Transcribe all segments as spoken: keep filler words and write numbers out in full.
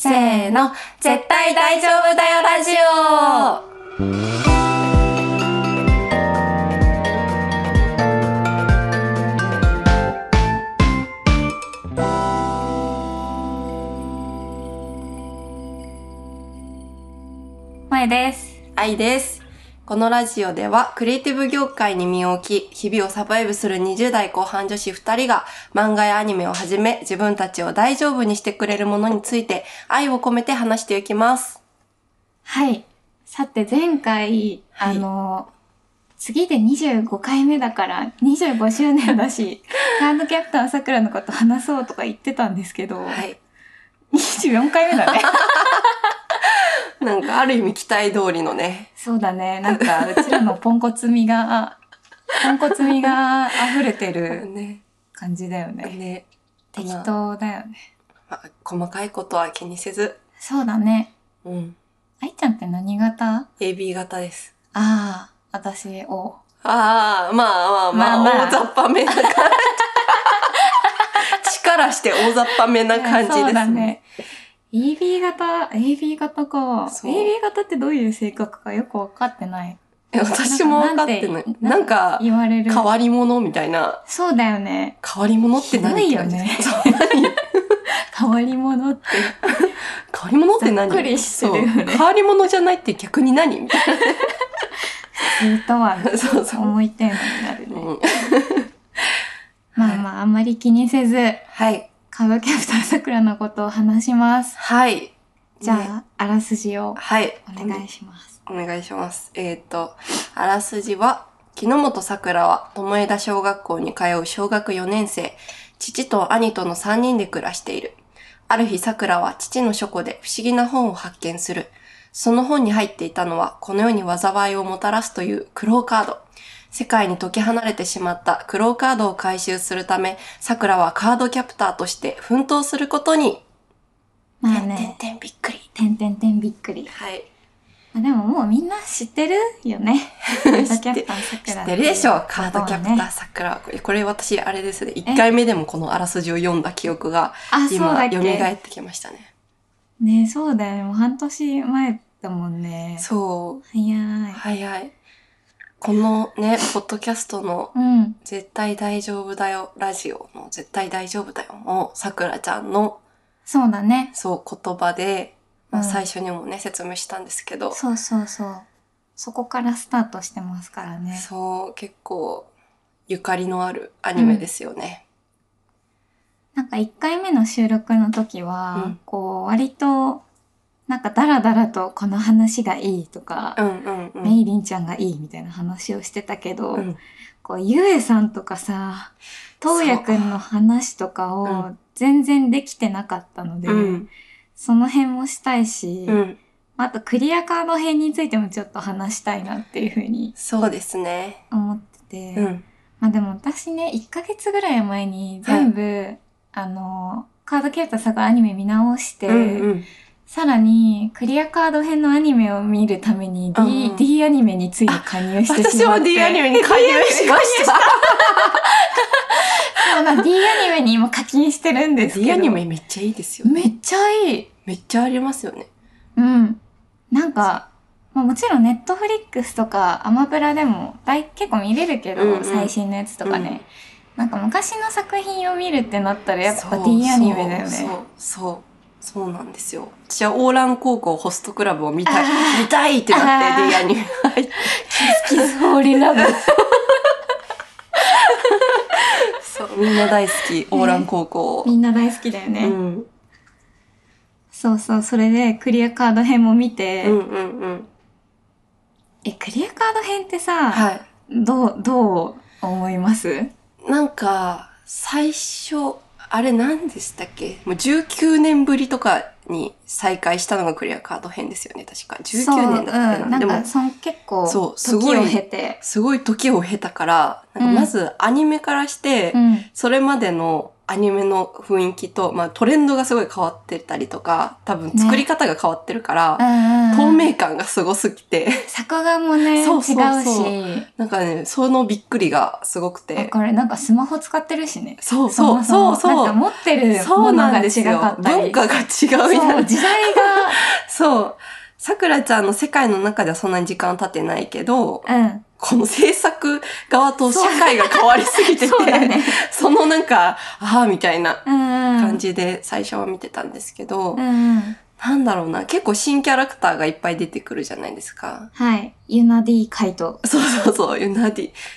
せーの、絶対大丈夫だよラジオ。 萌です。 愛です。このラジオではクリエイティブ業界に身を置き、日々をサバイブするにじゅう代後半女子ふたりが漫画やアニメをはじめ自分たちを大丈夫にしてくれるものについて愛を込めて話していきます。 はい。さて前回、はい、あの、次でにじゅうごかいめだからにじゅうごしゅうねんだし、カードキャプターさくらのこと話そうとか言ってたんですけど、はい、にじゅうよんかいめだね。 なんかある意味期待通りのね。 そうだね。なんかうちらのポンコツ味が、ポンコツ味が溢れてる感じだよね。ね。適当だよね、 まあ。細かいことは気にせず。 そうだね。 うん。 愛ちゃんって何型？ エービー 型です。 ああ、私 O。 ああ、まあまあまあ、まあまあ、大雑把めな感じ。力して大雑把めな感じですね。そうだね。 エービー 型、エービー 型か。エービー 型ってどういう性格かよくわかってない。 私もわかってない。なんか、言われる。変わり者みたいな。 そうだよね。 変わり者って何？ ひどいよね。変わり者って。 変わり者って何？ ざっくりしてるよね。 変わり者じゃないって逆に何みたいな。 普通とは、そうそう。思いテーマになるね。うん、まあまあ、あんまり気にせず。はい。カードキャプターさくらのことを話します。はい。じゃあ、ね、あらすじを。はい。お願いします。 お願いします。えっと、あらすじは、木之本さくらは、友枝小学校に通う小学よねん生、父と兄とのさんにんで暮らしている。ある日さくらは父の書庫で不思議な本を発見する。その本に入っていたのは、この世に災いをもたらすというクローカード。世界に解き離れてしまったクローカードを回収するため、さくらはカードキャプターとして奮闘することに。 まあね。 てんてんびっくり。 てんてんてんびっくり。 はい。 まあ、でももうみんな知ってるよね。カードキャプターさくら。 知ってるでしょ、カードキャプターさくら。これ私、あれですね。いっかいめでもこのあらすじを読んだ記憶が、今、蘇ってきましたね。 ねえ、そうだよね。もう半年前だもんね。 そう。 早い。 早い。このね、ポッドキャストの、絶対大丈夫だよ、ラジオの絶対大丈夫だよの、さくらちゃんの、 そうだね。 そう、言葉で、まあ、最初にもね、うん、説明したんですけど。 そうそうそう。そこからスタートしてますからね。 そう、結構、ゆかりのあるアニメですよね。 うん、なんかいっかいめの収録の時は、うん、こう、割と、なんかダラダラとこの話がいいとか、うんうんうん、メイリンちゃんがいいみたいな話をしてたけど、うん、こう、ゆえさんとかさ、とうやくんの話とかを全然できてなかったので、うん、その辺もしたいし、うん、あとクリアカード編についてもちょっと話したいなっていうふうに。 そうですね。 思ってて。うん、まあでも私ね、いっかげつぐらい前に全部、はい、あの、カードキャプターさくらアニメ見直して、うんうん、さらに、クリアカード編のアニメを見るために D,、うん、D アニメについに加入してしまって。 私も D アニメに加入しました。 そうな、D アニメに今課金してるんですけど。 D アニメめっちゃいいですよね。 めっちゃいい。 めっちゃありますよね。 うん。なんか、まあ、もちろんネットフリックスとかアマプラでも大結構見れるけど、うんうん、最新のやつとかね、うん。なんか昔の作品を見るってなったらやっぱ D アニメだよね。 そう、そう、そう。そうなんですよ。私はオーラン高校ホストクラブを見たい、見たいってなって D アニメ入って。 キスキスフォーリーラブ。 そう、みんな大好き、オーラン高校、 ね。みんな大好きだよね。うん、そうそう、それでクリアカード編も見て。うんうんうん。え、クリアカード編ってさ、はい、どう、どう思います？ なんか、最初、あれ何でしたっけ？もうじゅうきゅうねんぶりとかに再開したのがクリアカード編ですよね、確か。じゅうきゅうねんだったっけな。 うん、なんかその結構、そう、すごい時を経て。 すごい時を経たから、なんかまずアニメからして、うん、それまでのアニメの雰囲気と、まあトレンドがすごい変わってたりとか、多分作り方が変わってるから、ね、透明感がすごすぎて。 作画もね、そうそうそう違うし。 なんかね、そのびっくりがすごくて。 これなんかスマホ使ってるしね。 そうそうそうそう。 なんか持ってるものが違かったり。 文化が違うみたいな。 そう、時代が。 そう。さくらちゃんの世界の中ではそんなに時間経ってないけど、 うん。 この制作側と社会が変わりすぎてて、そ, ね、そのなんか、ああ、みたいな感じで最初は見てたんですけど、 うんうん、 なんだろうな、結構新キャラクターがいっぱい出てくるじゃないですか。 はい。ユナ D カイト。 そうそうそう、ユナ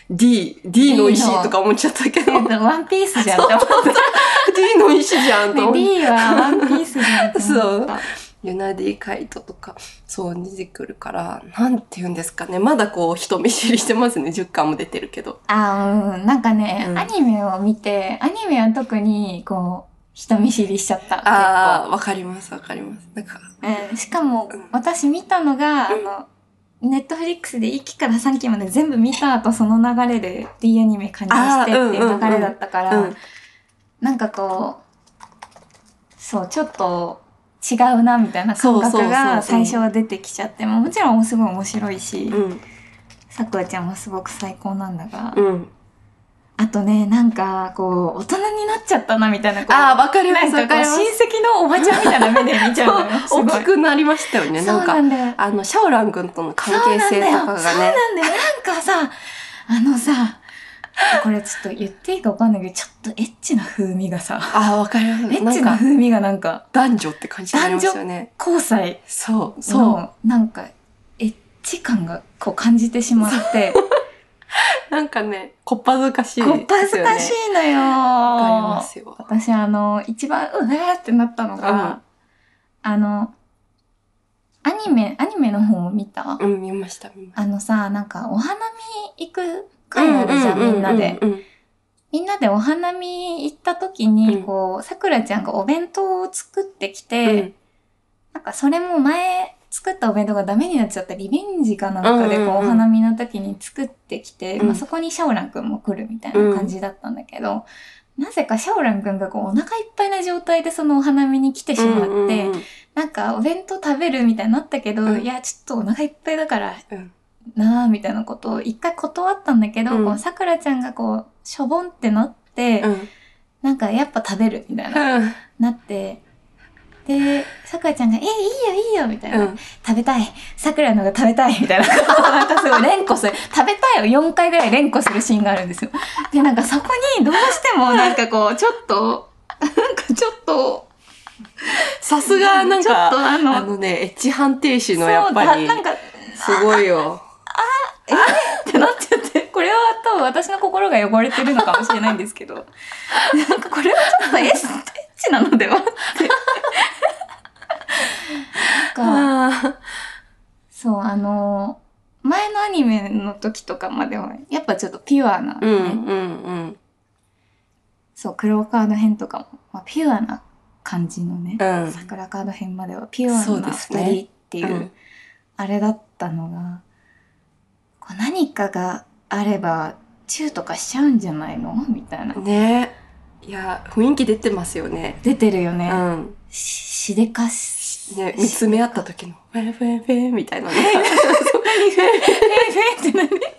D。D、D の石とか思っちゃったけど。 えっと、ワンピースじゃんって思った。 D の石じゃんと思った。 D はワンピースじゃんって思った。そう。 ユナディカイトとか、そう出てくるから、なんて言うんですかね。まだこう、人見知りしてますね。じゅっかんも出てるけど。 あうん。なんかね、うん、アニメを見て、アニメは特に、こう、人見知りしちゃった。 ああ、わかります、わかります。なんか。 うん。しかも、うん、私見たのが、うん、あの、ネットフリックスでいっきからさんきまで全部見た後、その流れで D アニメ加入してっていう流れだったから、うんうんうん、なんかこう、そう、ちょっと、違うなみたいな感覚が最初は出てきちゃって、もちろんすごい面白いし、うん、さくらちゃんもすごく最高なんだが、うん、あとね、なんかこう大人になっちゃったなみたいな、 ああ、わかります、 わかります。親戚のおばちゃんみたいな目で見ちゃうのよ。 大きくなりましたよね。なんかなんだよ、 あのシャオラン君との関係性とかがね、 そうなんだよ。なんかさ、あのさ。これちょっと言っていいかわかんないけど、ちょっとエッチな風味がさ。 ああ、わかります。 エッチな風味がなんか。 男女って感じになりますよね。 交際。 そう、そう。 なんか、エッチ感がこう感じてしまって。 なんかね、こっぱずかしい、 ね。こっぱずかしいのよ。 わかりますよ。 私あの、一番、うわーってなったのが、うん、あの、アニメ、アニメの方も見た？ うん、見ました、見ました。 あのさ、なんか、お花見行く会あるじゃん、みんなで。みんなでお花見行った時に、こう、さくらちゃんがお弁当を作ってきて、うん、なんかそれも前作ったお弁当がダメになっちゃったリベンジかなんかで、こう、お花見の時に作ってきて、うん、まあそこにシャオランくんも来るみたいな感じだったんだけど、うん、なぜかシャオランくんがこう、お腹いっぱいな状態でそのお花見に来てしまって、うんうんうん、なんかお弁当食べるみたいになったけど、うん、いや、ちょっとお腹いっぱいだから、うんなあみたいなことを一回断ったんだけど、うん、こうさくらちゃんがこうしょぼんってなって、うん、なんかやっぱ食べるみたいな、うん、なってでさくらちゃんが「えいいよいいよ」みたいな、うん、食べたいさくらのが食べたいみたいななんかすごい連呼する食べたいをよんかいぐらい連呼するシーンがあるんですよ。でなんかそこにどうしてもなんかこうちょっとなんかちょっとさすがなんかちょっとあのあのねエッジ判定士のやっぱりなんかすごいよ。 あ、えー、ってなっちゃって、これは多分私の心が汚れてるのかもしれないんですけど、なんかこれはちょっとエッチなのではって。なんか、そう、あの、前のアニメの時とかまでは、やっぱちょっとピュアな、ね、 うんうんうん、 そう、黒カード編とかも、まあ、ピュアな感じのね、うん、桜カード編まではピュアなふたりっていう、ねうん、あれだったのが、何かがあればチューとかしちゃうんじゃないのみたいなね。いや雰囲気出てますよね。 出てるよね。 うん。 し, しでかしね見つめ合った時のフェンフェンフェンみたいなね。フェンフェンフェンって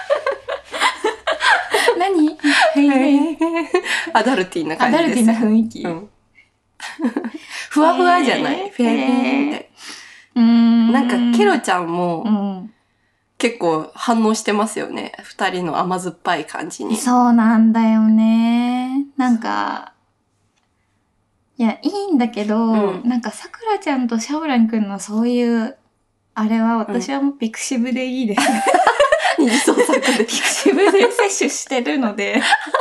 何？何？フェンフェンアダルティーな感じです。 アダルティーな雰囲気。うん、 ふわふわじゃない？フェンフェンって。うーん。なんかケロちゃんも。うん結構反応してますよね。二人の甘酸っぱい感じに。 そうなんだよね。なんか、いや、いいんだけど、うん、なんかさくらちゃんとシャオランくんのそういう、あれは私はもうピクシブでいいです。 二次創作で。 ピクシブで摂取してるので。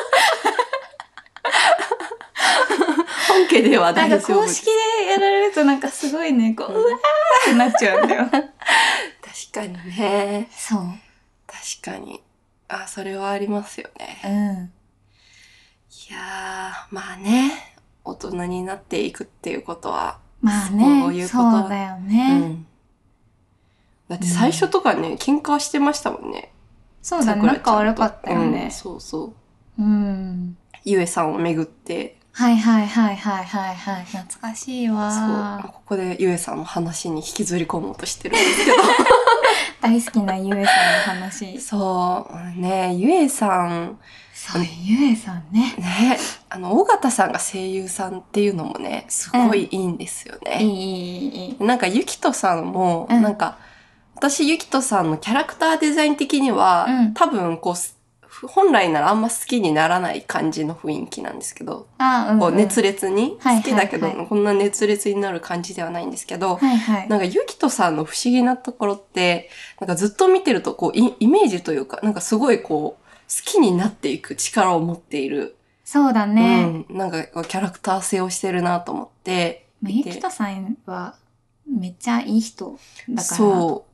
本家では大丈夫。 なんか公式でやられるとなんかすごいね、こう、うわーってなっちゃうんだよ。 確かにね。 そう。 確かに。あ、それはありますよね。 うん。 いやー、まあね、大人になっていくっていうことは、 まあね、そういうことそうだよね、うん。 だって最初とかね、うん、喧嘩してましたもんね。 そうだね、仲悪かったよね、 うん。そうそう。 うん。 ゆえさんをめぐって、 はいはいはいはいはいはい。懐かしいわ。 そう。ここでゆえさんの話に引きずり込もうとしてるんですけど。 大好きなゆえさんの話。 そう。ねゆえさん。 そう、ゆえさんね。 ねあの、尾形さんが声優さんっていうのもね、すごいいいんですよね。 うん、いい、いい。 なんか、ゆきとさんも、うん、なんか、私、ゆきとさんのキャラクターデザイン的には、うん、多分、こう、本来ならあんま好きにならない感じの雰囲気なんですけど、あうんうん、こう熱烈に好きだけど、はいはいはい、こんな熱烈になる感じではないんですけど、はいはい、なんかゆきとさんの不思議なところって、なんかずっと見てるとこうイ、イメージというか、なんかすごいこう、好きになっていく力を持っている。 そうだね。 うん。なんかキャラクター性をしてるなと思って。 まあ、ゆきとさんはめっちゃいい人だから。 そう。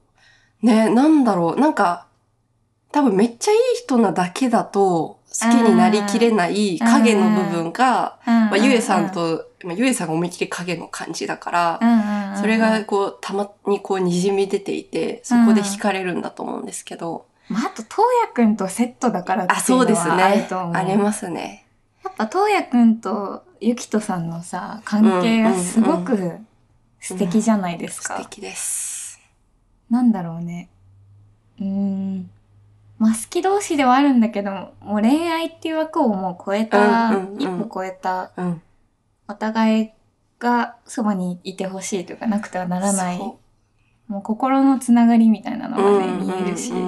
ね、なんだろう。なんか、多分めっちゃいい人なだけだと、好きになりきれない影の部分が、まあ、ゆえさんと、まあ、ゆえさんが思いっきり影の感じだから、それがこう、たまにこう滲み出ていて、そこで惹かれるんだと思うんですけど。 まあ、あと、とうやくんとセットだからっていうのはあると思う。 あ、そうですね。ありますね。 やっぱ、とうやくんとゆきとさんのさ、関係がすごく素敵じゃないですか。 うんうんうん、素敵です。 なんだろうね。うーん。まあ、好き同士ではあるんだけど、もう恋愛っていう枠をもう超えた、うんうんうん、一歩超えた、うん、お互いがそばにいてほしいというか、なくてはならない、もう心のつながりみたいなのがね、うんうんうん、見えるし。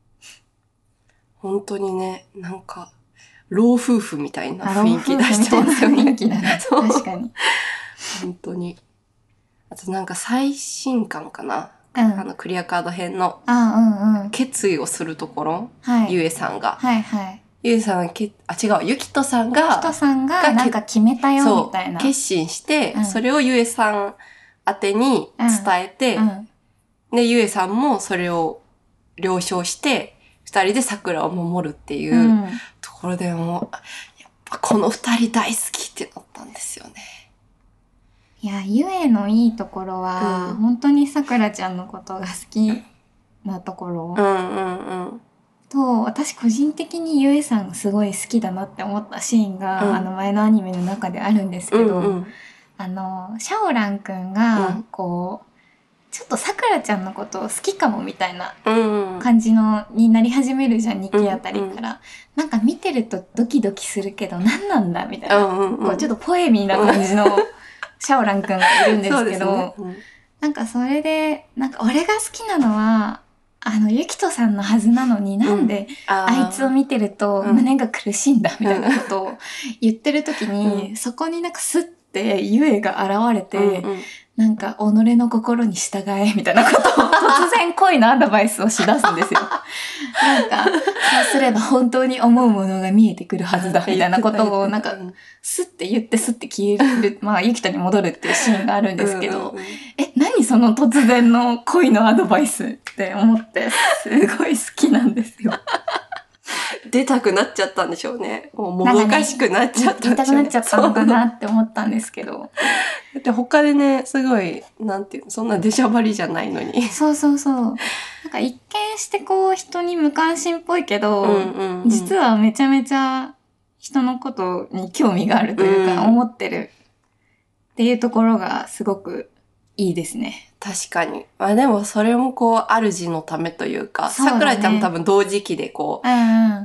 本当にね、なんか、老夫婦みたいな雰囲気出してますよね。 雰囲気だね。確かに。 本当に。あとなんか最新刊かな。うん、あの、クリアカード編の、あ、うんうん、決意をするところ、はい、ゆえさんが。はいはい。ゆえさん、けあ、違う、ゆきとさんが、ゆきとさんが、なんか決めたよ、みたいな。 決心して、うん、それをゆえさん宛てに伝えて、うんうん、で、ゆえさんもそれを了承して、二人で桜を守るっていうところでも、やっぱこの二人大好きってなったんですよね。 いや、ゆえのいいところは、うん、本当にさくらちゃんのことが好きなところ。うんうんうん。と、私個人的にゆえさんがすごい好きだなって思ったシーンが、うん、あの前のアニメの中であるんですけど、うんうん、あの、シャオランくんが、こう、うん、ちょっとさくらちゃんのことを好きかもみたいな感じの、になり始めるじゃん、にきあたりから。うんうん、なんか見てるとドキドキするけど、何なんだみたいな、うんうんうん。こうちょっとポエミーな感じの、シャオランくんがいるんですけど、ねうん、なんかそれで、なんか俺が好きなのは、あの、ゆきとさんのはずなのになんで、あいつを見てると胸が苦しいんだ、みたいなことを言ってるときに、うん、そこになんかスッてゆえが現れて、うんうん、なんか、己の心に従え、みたいなことを突然恋のアドバイスをしだすんですよ。なんか、そうすれば本当に思うものが見えてくるはずだ、みたいなことを、なんか、スッて言ってスッて消える、まあ、ゆきとに戻るっていうシーンがあるんですけど、うんうんうん、え、何その突然の恋のアドバイスって思って、すごい好きなんですよ。 出たくなっちゃったんでしょうね。もうもどかしくなっちゃったんでしょうね。 出たくなっちゃったのかなって思ったんですけど。 で他でね、すごい、なんていうの、そんな出しゃばりじゃないのに。 そうそうそう。なんか一見してこう人に無関心っぽいけど、うんうんうん、実はめちゃめちゃ人のことに興味があるというか、うん、思ってるっていうところがすごくいいですね。 確かに。まあでもそれもこう、主のためというか、さくらちゃんも多分同時期でこう、うんうん、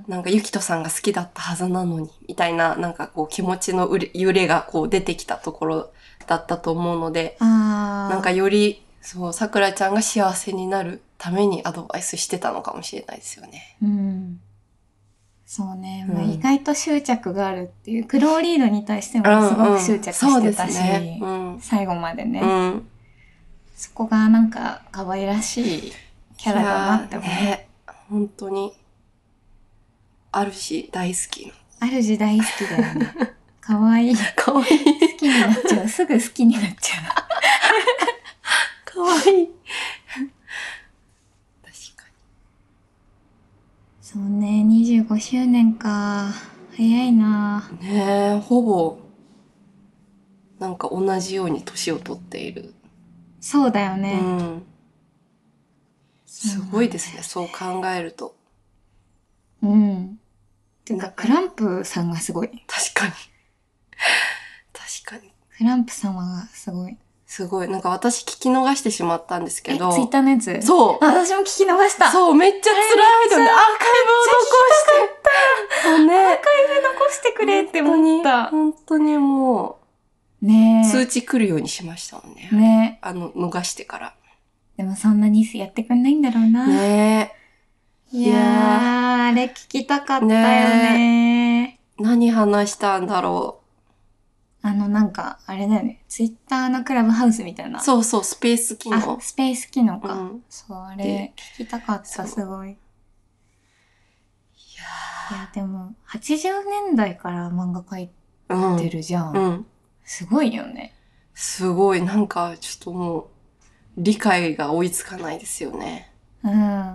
なんかゆきとさんが好きだったはずなのに、みたいな、なんかこう気持ちの揺れがこう出てきたところだったと思うので、なんかより、そう、さくらちゃんが幸せになるためにアドバイスしてたのかもしれないですよね。 うん。そうね。まあ、意外と執着があるっていう、クローリードに対してもすごく執着してたし、うんうんねうん、最後までね。うんそこがなんか可愛らしいキャラだなって思う。ね、 本当に。主大好き。 主大好きだよね。可愛い。 可愛い。 好きになっちゃう。すぐ好きになっちゃう。 可愛い。確かに。 そうね、にじゅうごしゅうねんか。早いな。 ねえ、ほぼ、なんか同じように年を取っている。 そうだよね。うん。 すごいですね、そう考えると。 うん。てか、クランプさんがすごい。 確かに。 クランプ様がすごい。 すごい。なんか私聞き逃してしまったんですけど。 え、ツイッターのやつ？ そう。 私も聞き逃した。 そう、めっちゃ辛いので、アーカイブを残して。そうね。 アーカイブ残してくれって思った。 本当にもう、ねえ。通知来るようにしましたもんね。 ねあの、逃してから。 でもそんなにやってくんないんだろうな。 ねえ。いやー、あれ聞きたかったよね。 ね何話したんだろう。 あの、なんか、あれだよね。ツイッターのクラブハウスみたいな。 そうそう、スペース機能。 あ、スペース機能か。 うん、 そう、あれ、聞きたかった、すごい。いやー。いや、でも、はちじゅうねんだいから漫画描いてるじゃん。うん。うん、すごいよね。 すごい、なんか、ちょっともう、理解が追いつかないですよね。 うん。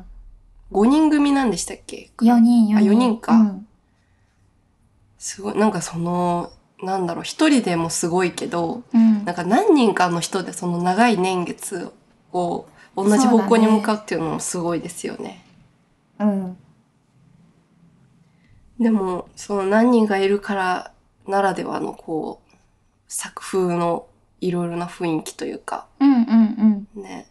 ごにん組なんでしたっけ？ よにん、よにん。 あ、よにんか。 うん、 すごい、なんかその、なんだろう、一人でもすごいけど、 うん、 なんか何人かの人でその長い年月を同じ方向に向かうっていうのもすごいですよね。 うん。 でも、その何人がいるからならではのこう、作風のいろいろな雰囲気というか。 うんうんうん。 ね。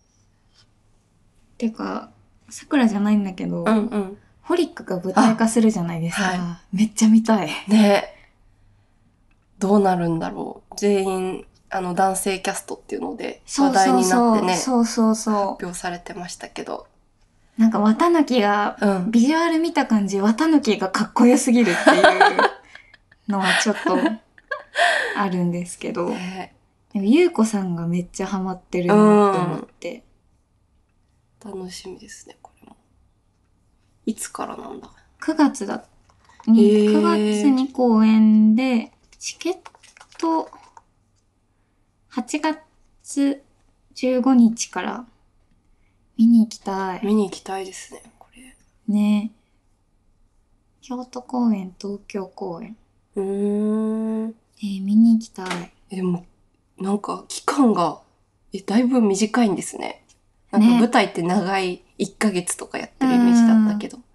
てか、桜じゃないんだけど、 うんうん。 ホリックが舞台化するじゃないですか。 はい、 めっちゃ見たい。 ね。どうなるんだろう。全員、あの、男性キャストっていうので、話題になってね。 そうそうそう。 発表されてましたけど。 なんか、綿貫が、うん、ビジュアル見た感じ、綿貫がかっこよすぎるっていうのはちょっと、あるんですけど。ね、でも、ゆうこさんがめっちゃハマってるなと思って、 うん。楽しみですね、これも。いつからなんだ？ くがつだ。に、くがつに公演で、チケット、はちがつじゅうごにちから見に行きたい。 見に行きたいですね、これ。 ね。京都公演、東京公演。 うーん。 えー、見に行きたい。 でも、なんか、期間が、え、だいぶ短いんですね。なんか舞台って長いいっかげつとかやってるイメージだったけど。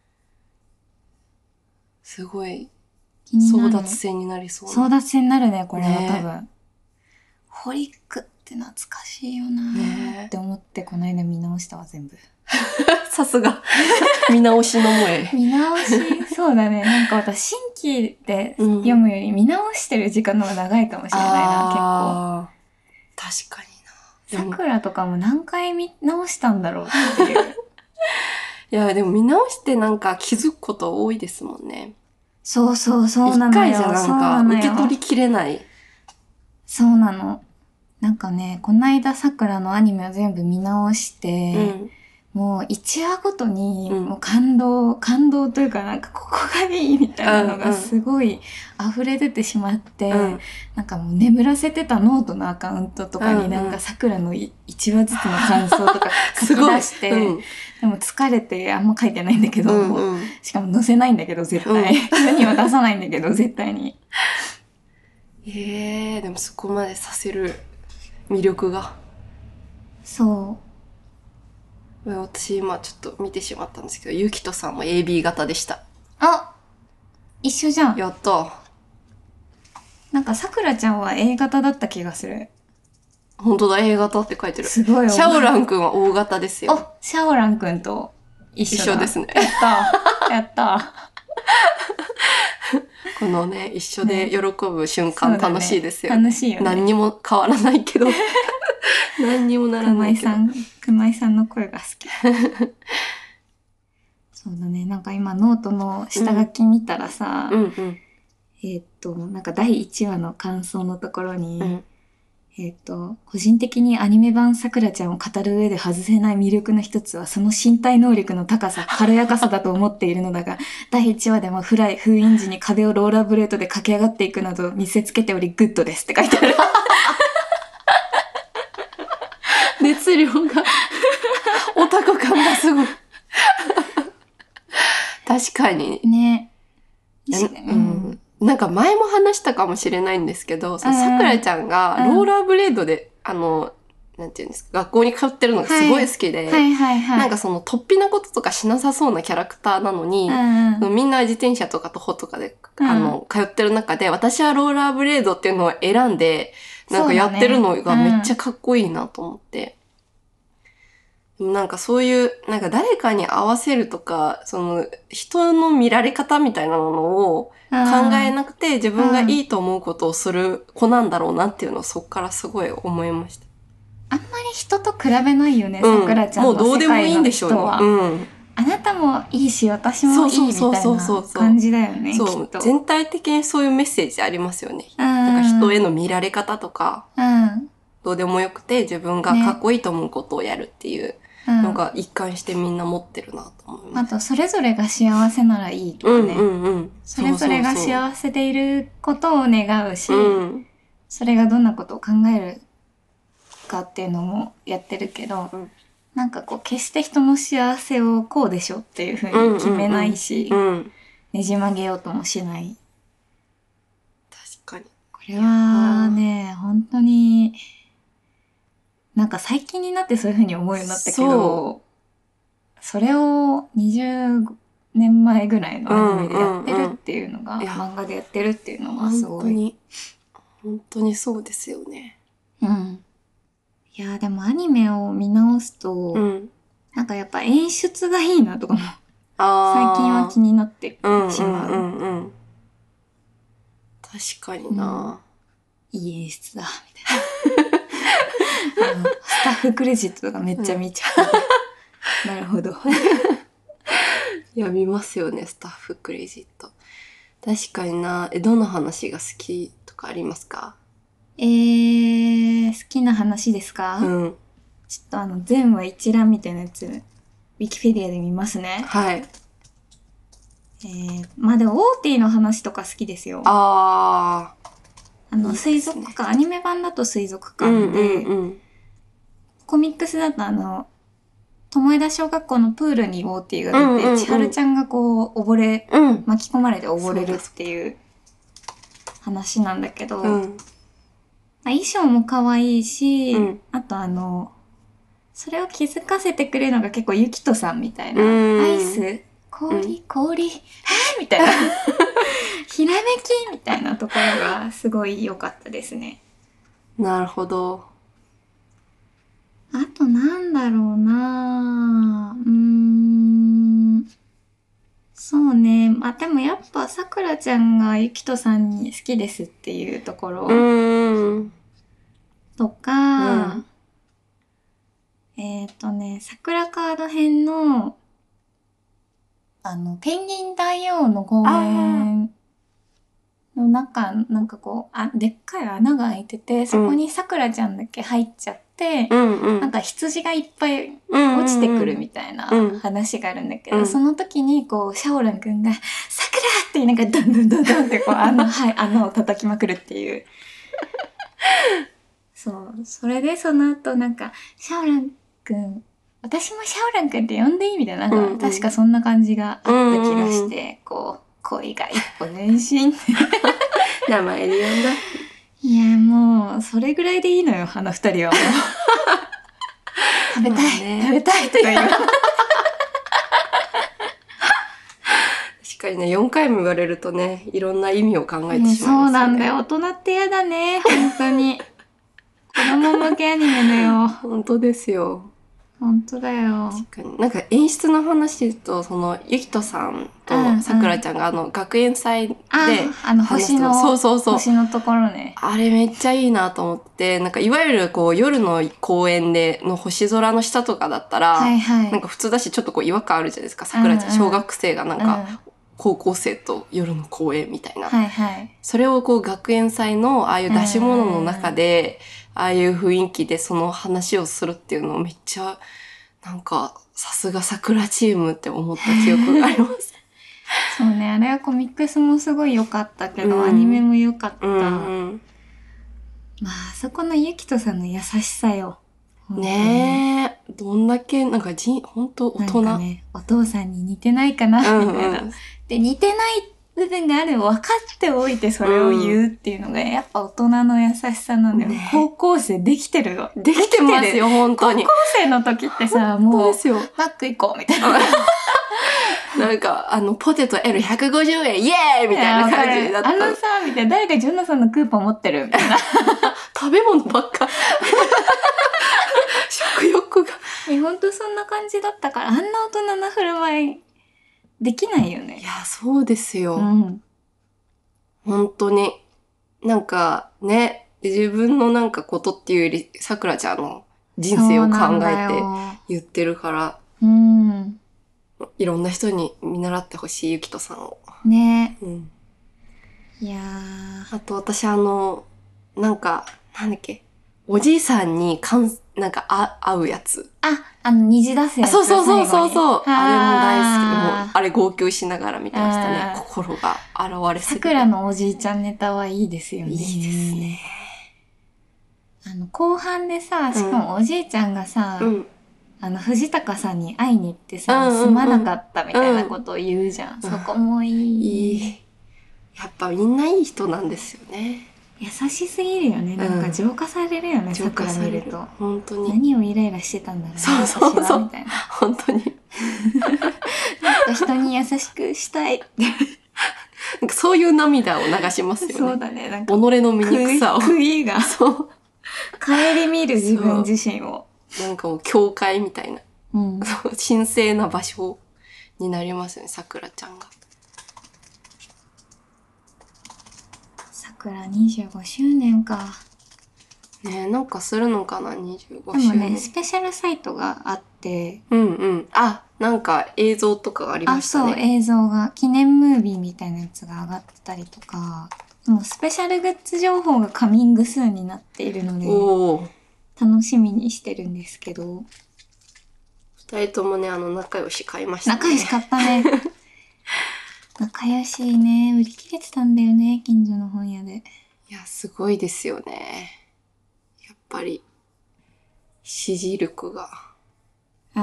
すごい、争奪戦になりそうな。争奪戦になるね、これは多分。ね、ホリックって懐かしいよなーって思って、この間見直したわ、全部。 さすが。見直しの萌え。 見直し、そうだね。なんか私、新規で読むより見直してる時間の方が長いかもしれないな、 結構。確かにな。桜とかも何回見直したんだろうっていう。 いや、でも見直してなんか気づくこと多いですもんね。 そうそうそうなのよ。 一回じゃなんか受け取りきれない。 そうなの。なんかね、こないだ桜のアニメを全部見直して、うん、もう一話ごとにもう感動、うん、感動というかなんかここがいいみたいなのがすごい溢れ出てしまって、うん、なんかもう眠らせてたノートのアカウントとかになんか桜のいちわずつの感想とか書き出して、うん、でも疲れてあんま書いてないんだけど、うんうん、しかも載せないんだけど絶対。人には出さないんだけど絶対に。 えー、でもそこまでさせる魅力が。 そう。 私今ちょっと見てしまったんですけど、ゆきとさんも エービー 型でした。 あ、一緒じゃん。 やった。 なんかさくらちゃんは A 型だった気がする。 本当だ、A 型って書いてる。 すごい。 シャオランくんは O 型ですよ。 お、シャオランくんと一緒だ。 一緒ですね。 やったやったこのね、一緒で喜ぶ瞬間、ね、楽しいですよ、 ね。楽しいよね。 何にも変わらないけど。何にもならないけど。 熊井さん、熊井さんの声が好き。そうだね。なんか今ノートの下書き見たらさ、 うんうん、 えー、っと、なんかだいいちわの感想のところに、うん、えー、っと、個人的にアニメ版さくらちゃんを語る上で外せない魅力の一つはその身体能力の高さ、軽やかさだと思っているのだが、だいいちわでもフライ、封印時に壁をローラーブレードで駆け上がっていくなど見せつけておりグッドですって書いてある。 熱量がオタク感がすごい。確かにね、 うん、なんか前も話したかもしれないんですけど、さくらちゃんがローラーブレードで、うん、あのなんていうんですか、学校に通ってるのがすごい好きで、 はいはいはいはい、 なんかその突飛なこととかしなさそうなキャラクターなのに、うんうん、みんな自転車とか徒歩とかで、うん、あの、通ってる中で、私はローラーブレードっていうのを選んで、なんかやってるのがめっちゃかっこいいなと思って。うん、なんかそういう、なんか誰かに合わせるとか、その人の見られ方みたいなものを考えなくて自分がいいと思うことをする子なんだろうなっていうのをそっからすごい思いました。 あんまり人と比べないよね、さくらちゃんの世界の人は。もうどうでもいいんでしょうね。うん。あなたもいいし、私もいいみたいな感じだよね、 そうきっと。 全体的にそういうメッセージありますよね。なんか人への見られ方とか、うん、どうでもよくて自分がかっこいいと思うことをやるっていうのが一貫してみんな持ってるなと思います。 あと、それぞれが幸せならいいとかね。うんうんうん、それぞれが幸せでいることを願うし、うん、それがどんなことを考えるかっていうのもやってるけど、うん、なんかこう決して人の幸せをこうでしょっていうふうに決めないし、うんうんうん、ねじ曲げようともしない。 確かに。 これはね、本当に、なんか最近になってそういうふうに思うようになったけど、そ, それをにじゅうねんまえぐらいのアニメでやってるっていうのが、うんうんうん、漫画でやってるっていうのはすごい。 本当に、本当にそうですよね。 うん。いやでもアニメを見直すと、うん、なんかやっぱ演出がいいなとかも最近は気になってしまう。うんうんうんうん、 確かにな、 うん、いい演出だみたいなあのスタッフクレジットとかめっちゃ見ちゃう、うん、なるほどいや見ますよねスタッフクレジット。確かにな。えどの話が好きとかありますか？ えー、好きな話ですか？うん。ちょっとあの、全話一覧みたいなやつ、ウィキペディアで見ますね。はい。えー、まあでも、オーティの話とか好きですよ。あー。あの、いい水族館、アニメ版だと水族館で、うんうんうん、コミックスだとあの、友枝小学校のプールにウォーティが出て、うんうんうん、千春ちゃんがこう、溺れ、うん、巻き込まれて溺れるっていう話なんだけど、うん衣装も可愛いし、うん、あとあの、それを気づかせてくれるのが結構ゆきとさんみたいな。アイス氷、うん、氷、えー、みたいな。ひらめきみたいなところがすごい良かったですね。 なるほど。 あとなんだろうなうーん。そうね。まあでもやっぱさくらちゃんがゆきとさんに好きですっていうところ。うーん。とか、うん、えっとね、桜カード編の、あの、ペンギン大王の公園の中、なんかこう、あ、でっかい穴が開いてて、そこに桜ちゃんだけ入っちゃって、うんうん、なんか羊がいっぱい落ちてくるみたいな話があるんだけど、うんうん、その時にこう、シャオランくんが、桜って言いながら、ドンドンドンドンってこう、穴、はい、穴を叩きまくるっていう。そう。それでその後なんか、シャオランくん、私もシャオランくんって呼んでいいみたいな、なんか、確かそんな感じがあった気がして、うん、こう、恋が一歩前進。 名前で呼んだ。 いや、もう、それぐらいでいいのよ、あの二人は。食べたい、ね、食べたいとか言う。 確かにね、よんかいも言われるとね、いろんな意味を考えてしまいますよね。 そうなんだよ。大人って嫌だね、本当に。子供向けアニメだよ。 本当ですよ。 本当だよ。 確かに。なんか演出の話ですと、その、ゆきとさんとさくらちゃんが、うんうん、あの、学園祭であ、あの、星の、 そうそうそう。 星のところね。 あれめっちゃいいなと思って、なんか、いわゆるこう、夜の公園での星空の下とかだったら、はいはい、なんか普通だし、ちょっとこう、違和感あるじゃないですか。さくらちゃん、うんうん、小学生がなんか、うん高校生と夜の公園みたいな。はいはい。それをこう学園祭のああいう出し物の中で、ああいう雰囲気でその話をするっていうのをめっちゃ、なんか、さすが桜チームって思った記憶があります。 そうね、あれはコミックスもすごい良かったけど、うん、アニメも良かった。うんうん、まあ、あそこのゆきとさんの優しさよ。 ねえ、どんだけ、なんかじ、ほんと大人。 なんかね、お父さんに似てないかな、みたいな。うんうん、で、似てないっ部分がある分かっておいてそれを言うっていうのが、やっぱ大人の優しさなんだよ。ね、高校生できてるよ。 できてますよ、本当に。 高校生の時ってさ、もう、マック行こうみたいな。 なんか、あの、ポテト エルひゃくごじゅうえん、イエーイみたいな感じだった。 あのさ、みたいな、誰かジョナサンのクーポン持ってるみたいな。 食べ物ばっか。食欲が。 え、ほんとそんな感じだったから、あんな大人な振る舞い、できないよね。 いや、そうですよ。 うん。 本当に。なんか、ね、自分のなんかことっていうより、さくらちゃんの人生を考えて言ってるから。 うん。 いろんな人に見習ってほしい、ゆきとさんを。 ね。 うん。 いやー。あと私あの、なんか、なんだっけ、おじいさんにかん、なんか、あ、合うやつ。 あ、あの、虹出すやつ。 そうそうそうそうそう。あれも大好き。もう、あれ号泣しながら見てましたね。心が現れすぎて。 桜のおじいちゃんネタはいいですよね。 いいですね。 あの、後半でさ、しかもおじいちゃんがさ、うん、あの、藤高さんに会いに行ってさ、うんうんうん、すまなかったみたいなことを言うじゃん。うん、そこもいい。 いい。やっぱみんないい人なんですよね。 優しすぎるよね。なんか浄化されるよね、さくら見ると。 本当に。 何をイライラしてたんだろうね。 そうそうそう。 みたいな。 本当に。 なんか人に優しくしたいって。 なんかそういう涙を流しますよね。 そうだね。なんか己の醜さを。 悔いが。 そう。 顧みる自分自身を。 なんかもう教会みたいな。うん。神聖な場所になりますよね、さくらちゃんが。 さくらにじゅうごしゅうねんか。 ねえ、なんかするのかな、にじゅうごしゅうねん。 でもね、スペシャルサイトがあって。 うんうん。あ、なんか映像とかがありましたね。 あ、そう、映像が、記念ムービーみたいなやつが上がってたりとか、もうスペシャルグッズ情報がカミングスーンになっているので、お楽しみにしてるんですけど。 二人ともね、あの、仲良し買いましたね。 仲良し買ったね。仲良しね、売り切れてたんだよね、近所の本屋で。 いや、すごいですよね。やっぱり、支持力が。 うん。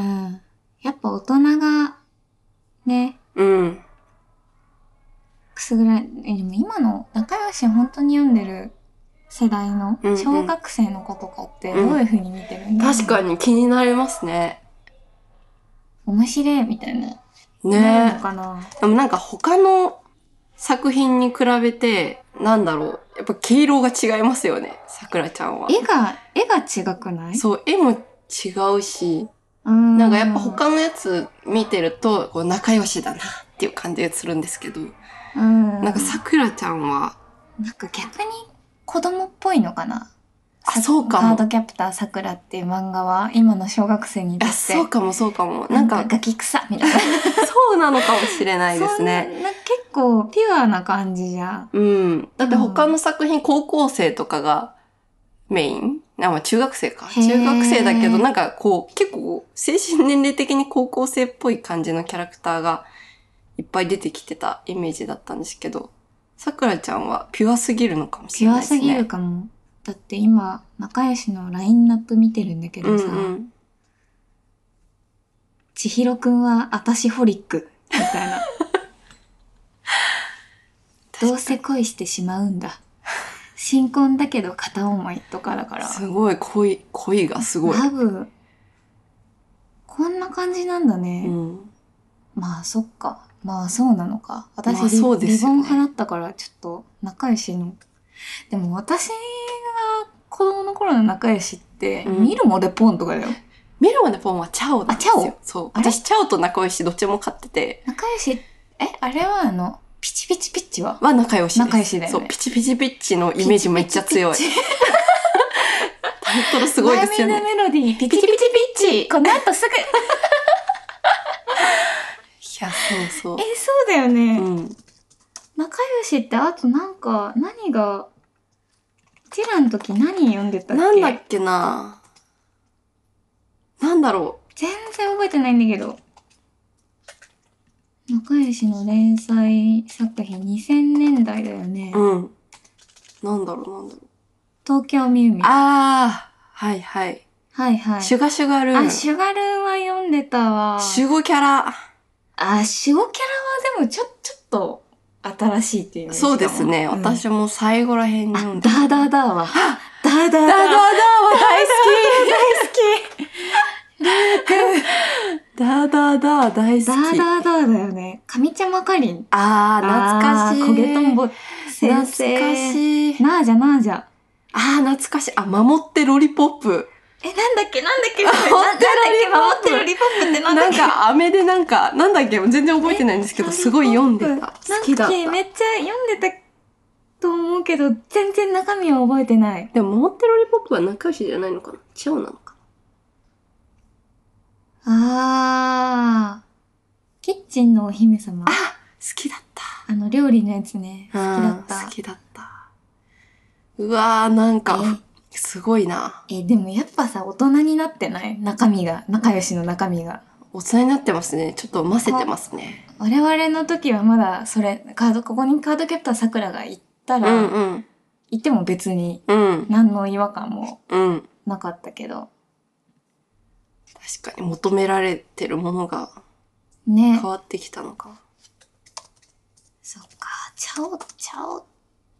やっぱ大人が、ね。うん。くすぐらい、でも今の仲良し本当に読んでる世代の小学生の子とかってどういう風に見てるんだろう、 うん、確かに気になりますね。 面白いみたいな。 ねえ。かな。でもなんか他の作品に比べて、なんだろう。やっぱ毛色が違いますよね、さくらちゃんは。 絵が、絵が違くない？ そう、絵も違うし、うんなんかやっぱ他のやつ見てると、こう仲良しだなっていう感じがするんですけど、うんなんかさくらちゃんは、 なんか逆に子供っぽいのかな？ あ、そうかも。 カードキャプターさくらっていう漫画は今の小学生にとって。 そうかもそうかも。 なんかガキ草みたいな。 そうなのかもしれないですね。 なんか結構ピュアな感じじゃん。 うん。だって他の作品、高校生とかがメインあ、中学生か。中学生だけどなんかこう結構精神年齢的に高校生っぽい感じのキャラクターがいっぱい出てきてたイメージだったんですけど、さくらちゃんはピュアすぎるのかもしれないですね。 ピュアすぎるかも。だって今、仲良しのラインナップ見てるんだけどさ、うんうん、千尋くんはあたしホリック、みたいな。どうせ恋してしまうんだ。新婚だけど片思いとかだから。 すごい、恋、恋がすごい。 ラブ。こんな感じなんだね。うん、まあそっか。まあそうなのか。私、まあそうですよね、リボン払ったからちょっと仲良しの。でも私が子供の頃の仲良しって、うん、ミルモでポンとかだよ。 ミルモでポンはチャオなんですよ。 あ、チャオ？ そう。私チャオと仲良しどっちも買ってて。 仲良し、え、あれはあの、ピチピチピッチはは仲良しです。 仲良しだよね。 そう、ピチピチピッチのイメージめっちゃ強い。ピチピチピッチタイトルすごいですよね。 マイメロディー、ピチピチピッチ。この後すぐ。いや、そうそう。 え、そうだよね。うん。仲良しってあとなんか、何が、うちらの時何読んでたっけ？ なんだっけななんだろう。 全然覚えてないんだけど。仲良しの連載作品にせんねんだいだよね。 うん。なんだろうなんだろう。 東京ミュウミュウ。 ああ、はいはい。 はいはい。 シュガシュガルーン。 あ、シュガルーンは読んでたわ。 シュゴキャラ。 あ、シュゴキャラはでもちょ、ちょっと、 新しいっていうイメージ。 そうですね。うん、私も最後らへんに読んで。 ダーダーダーは。ダーダーダー。ダーダーダーは大好き。大好き。ルーク。 ダーダーダー大好き。 ダーダーダーだよね。上茶まかりん。 あー、懐かしい。 焦げとんぼ先生。 懐かしい。 なーじゃなーじゃ。 あー、懐かしい。あ、守ってロリポップ。 え、なんだっけなんだっけ守ってロリポップってなんだっけなんか、飴でなんか、なんだっけ全然覚えてないんですけど、すごい読んでた。好きだった。 めっちゃ読んでたと思うけど、全然中身は覚えてない。 でも、守ってロリポップは仲良しじゃないのかな違うなのかなあー。キッチンのお姫様。 あ、好きだった。 あの、料理のやつね。好きだった。 好きだった。うわー、なんか、すごいな。 え、でもやっぱさ、大人になってない中身が、仲良しの中身が。 大人になってますね。ちょっとませてますね。 我々の時はまだ、それ、カード、ここにカードキャプターさくらが行ったら、うんうん、行っても別に、何の違和感もなかったけど。うん、 確かに求められてるものが、ね。変わってきたのか。 そっか、チャオ、チャオって、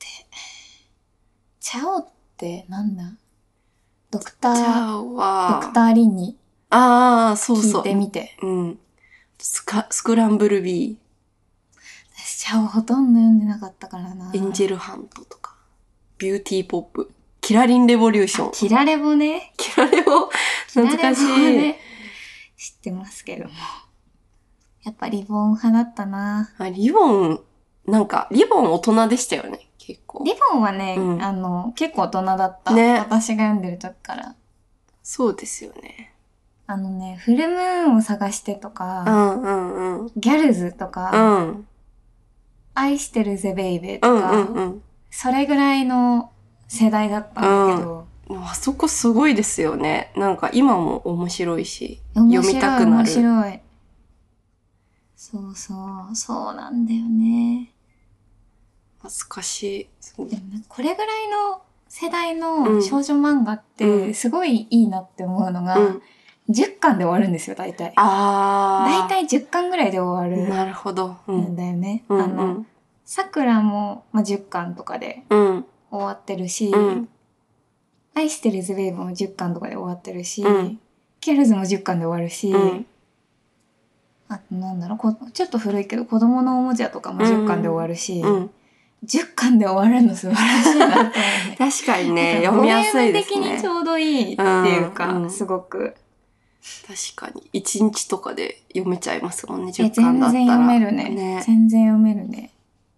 チャオって、ってなんだドクター、ドクターリンにああ、そうそう。 聞いてみて。 うん。スカ、スクランブルビー。 私、チャオほとんど読んでなかったからな。 エンジェルハントとか。ビューティーポップ。キラリンレボリューション。 キラレボね。 キラレボ。懐かしい。ね、 知ってますけども。やっぱリボン派だったな。 あ、リボン、なんか、リボン大人でしたよね。結構。 リボンはね、うん、あの、結構大人だった。ね。私が読んでる時から。 そうですよね。 あのね、フルムーンを探してとか、 うんうんうん、 ギャルズとか、うん、愛してるぜベイベーとか、うんうんうん、それぐらいの世代だったんだけど、 うん、あそこすごいですよね。なんか今も面白いし、読みたくなる。 面白い。そうそう、そうなんだよね。 懐かしい。 でもね、これぐらいの世代の少女漫画ってすごいいいなって思うのが、うん、じゅっかんで終わるんですよ、大体。ああ。大体じゅっかんぐらいで終わる。 なるほど。 うん、だよね。 うんうん、 あの、桜も、まあ、じゅっかんとかで終わってるし、うん、愛してるズベイブもじゅっかんとかで終わってるし、うん、キャルズもじゅっかんで終わるし、うん、あとなんだろうこ、ちょっと古いけど子供のおもちゃとかもじゅっかんで終わるし、うんうんじゅっかんで終わるの素晴らしいなって思うね。 確かにね、読みやすいですね。 ボリューム的にちょうどいいっていうか、うんうん、すごく。 確かに。いちにちとかで読めちゃいますもんね、じゅっかんだったら。 全然読めるね。ね全然読めるね。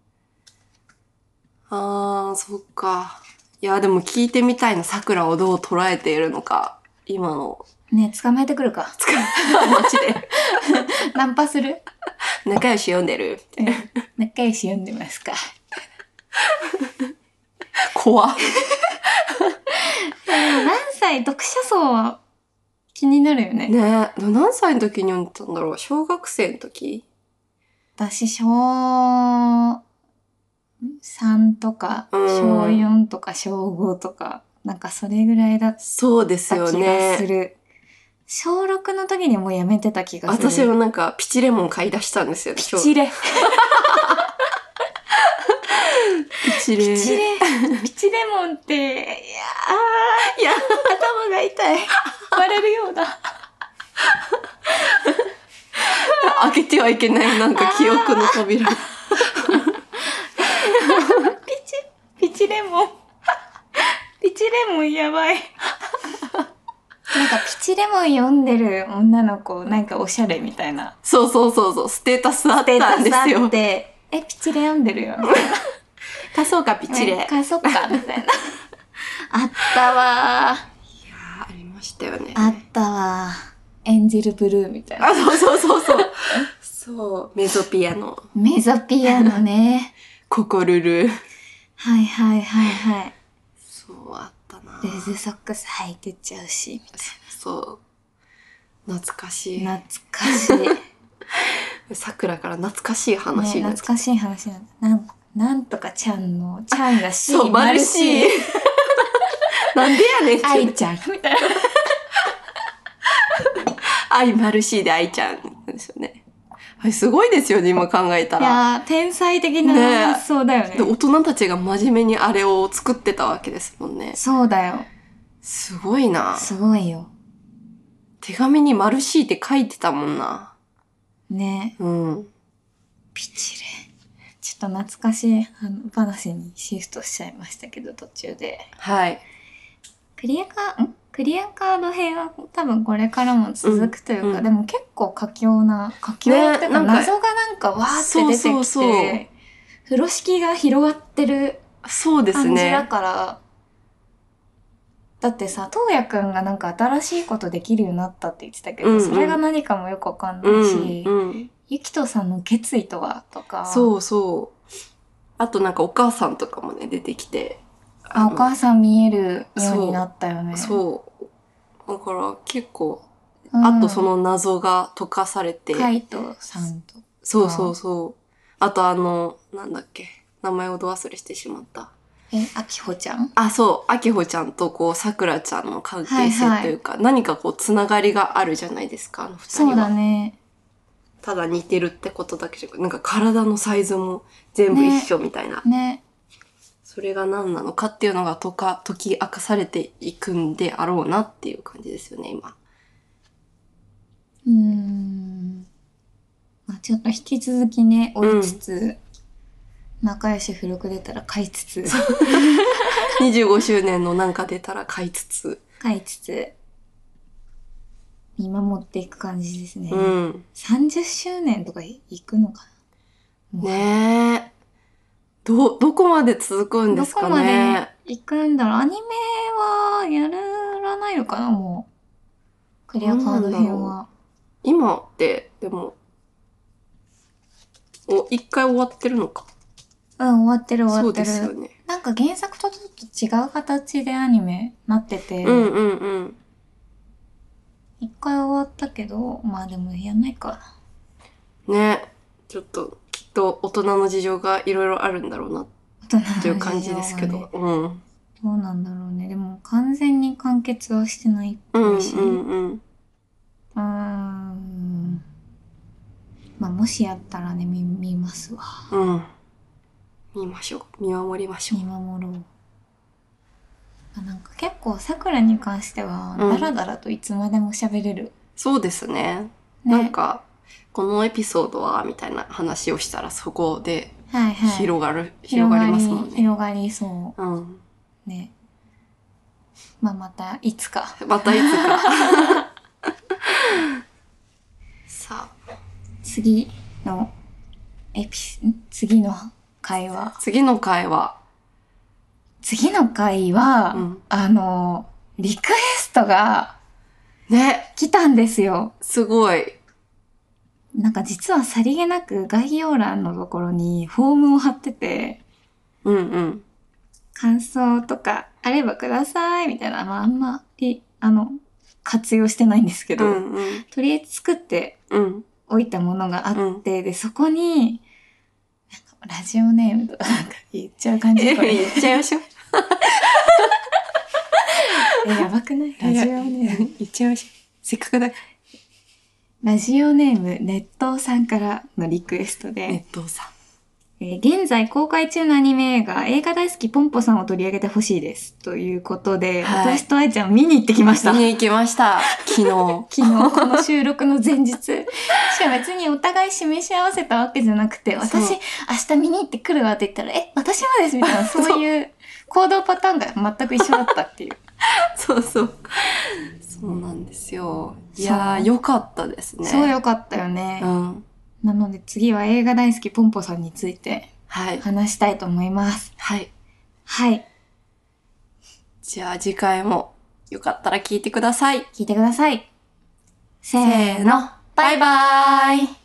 あー、そっか。いや、でも聞いてみたいの、桜をどう捉えているのか。今の。 ね捕まえてくるか。 捕まえて、マジで。 ナンパする仲良し読んでる仲良し読んでますか。 怖っ。 何歳、読者層は気になるよね。 ねえ。何歳の時に読んでたんだろう。小学生の時私、小さんとか、小よんとか、小ごとか、なんかそれぐらいだった気がする。 そうですよね。 小ろくの時にもうやめてた気がする。 私もなんか、ピチレモン買い出したんですよね。 ピチレ。 ピチレ。 ピチレ。ピチレモンって、いやー、いや、頭が痛い。割れるようだ。 開けてはいけない、なんか記憶の扉。ピチ、ピチレモン。ピチレモンやばい。なんかピチレモン読んでる女の子、なんかおしゃれみたいな。 そうそうそうそう、ステータスあったんですよ。ステータスあって、 え、ピチレ読んでるよ。 貸そうか、ピチレ。 貸そうか、みたいな。あったわー。いやー、ありましたよね。 あったわー。エンジェルブルーみたいな。 あ、そうそうそうそう。そう、メゾピアノ。 メゾピアノね。 ココルル。 はいはいはいはい。 そう、あったな。 ルーズソックス履いてっちゃうし、みたいな。 そう。懐かしい。 懐かしい。桜から懐かしい話になっちゃう、ね、 懐かしい話なんだ。なんなんとかちゃんの、ちゃんが C、 そう、マル C。なんでやねん。 愛ちゃん、みたいな。 愛マル C で愛ちゃんですよね。 はい、すごいですよね、今考えたら。 いやー、天才的な発想だよね。 で、大人たちが真面目にあれを作ってたわけですもんね。 そうだよ。 すごいな。 すごいよ。 手紙に丸シーって書いてたもんな。 ね。 うん。 ピチレ。ちょっと懐かしい話にシフトしちゃいましたけど、途中で。 はい。 クリアカー、んクリアカード編は多分これからも続くというか、うんうん、でも結構佳境な、佳境っていうか謎がなんかわーって出てきて、そうそうそう、風呂敷が広がってる感じだから、だってさ、トウヤくんがなんか新しいことできるようになったって言ってたけど、うんうん、それが何かもよくわかんないし、うんうん、ゆきとさんの決意とはとか。 そうそう。あとなんかお母さんとかもね、出てきて。 あ、お母さん見えるようになったよね。 そう。そうだから結構、うん、あとその謎が解かされて。 カイトさんと。 そうそうそう。あとあの、なんだっけ。名前をど忘れしてしまった。 え、あきほちゃん？ あ、そう。あきほちゃんとこう、さくらちゃんの関係性というか、はいはい、何かこう、つながりがあるじゃないですか、あの二人は。 そうだね。 ただ似てるってことだけじゃなく、なんか体のサイズも全部一緒みたいな。ね。ね、それが何なのかっていうのがとか、解き明かされていくんであろうなっていう感じですよね、今。 うーん。まあちょっと引き続きね、追いつつ、うん、仲良し付録出たら買いつつ。 にじゅうごしゅうねんのなんか出たら買いつつ。 買いつつ。見守っていく感じですね。 うん。 さんじゅっしゅうねんとか行くのかな。ねえ。ど、どこまで続くんですかね。どこまで行くんだろう。アニメはやらないのかな、もう。クリアカード編は。 今って、でも、お、一回終わってるのか。 うん、終わってる終わってる。 そうですよね。 なんか原作とちょっと違う形でアニメなってて。 うんうんうん。 一回終わったけど、まあでもやんないかな。ね。ちょっと、きっと大人の事情がいろいろあるんだろうな。っていう感じですけど。うん。 どうなんだろうね。でも完全に完結はしてないっぽいし。うんうんうん。うーん。まあもしやったらね、見、見ますわ。 うん。見ましょう。見守りましょう。 見守ろう。あ、なんか結構桜に関しては、だらだらといつまでも喋れる。うん、 そうですね。ね、なんか、このエピソードは、みたいな話をしたらそこで広がる、はいはい、広がりますもんね。 広がりそう。 うん。 ね。まあまたいつか。 またいつか。さあ。 次のエピス、次の会話。 次の会話。 次の回は、うん、あの、リクエストが、ね、来たんですよ。 すごい。 なんか実はさりげなく概要欄のところにフォームを貼ってて、 うんうん。 感想とかあればください、みたいな、まあ、あんまり、あの、活用してないんですけど、うんうん、とりあえず作っておいたものがあって、うん、で、そこに、なんかラジオネームとかなんか言っちゃう感じ。 これ言っちゃいましょう。 え、やばくない？ラジオネーム言っちゃいましょう。せっかくだから。 ラジオネーム、熱湯さんからのリクエストで。 熱湯さん。 えー、現在公開中のアニメ映画、映画大好きポンポさんを取り上げてほしいです。ということで、はい、私と愛ちゃん見に行ってきました。 見に行きました。昨日。 昨日、この収録の前日。しかも別にお互い示し合わせたわけじゃなくて、私、明日見に行ってくるわって言ったら、え、私もですみたいな、そういう行動パターンが全く一緒だったっていう。 そうそう。そうなんですよ。いやー、よかったですね。 そうよかったよね。うん。なので次は映画大好きポンポさんについて話したいと思います。 はい。 はい。 じゃあ次回もよかったら聞いてください。 聞いてください。 せーの、バイバーイ。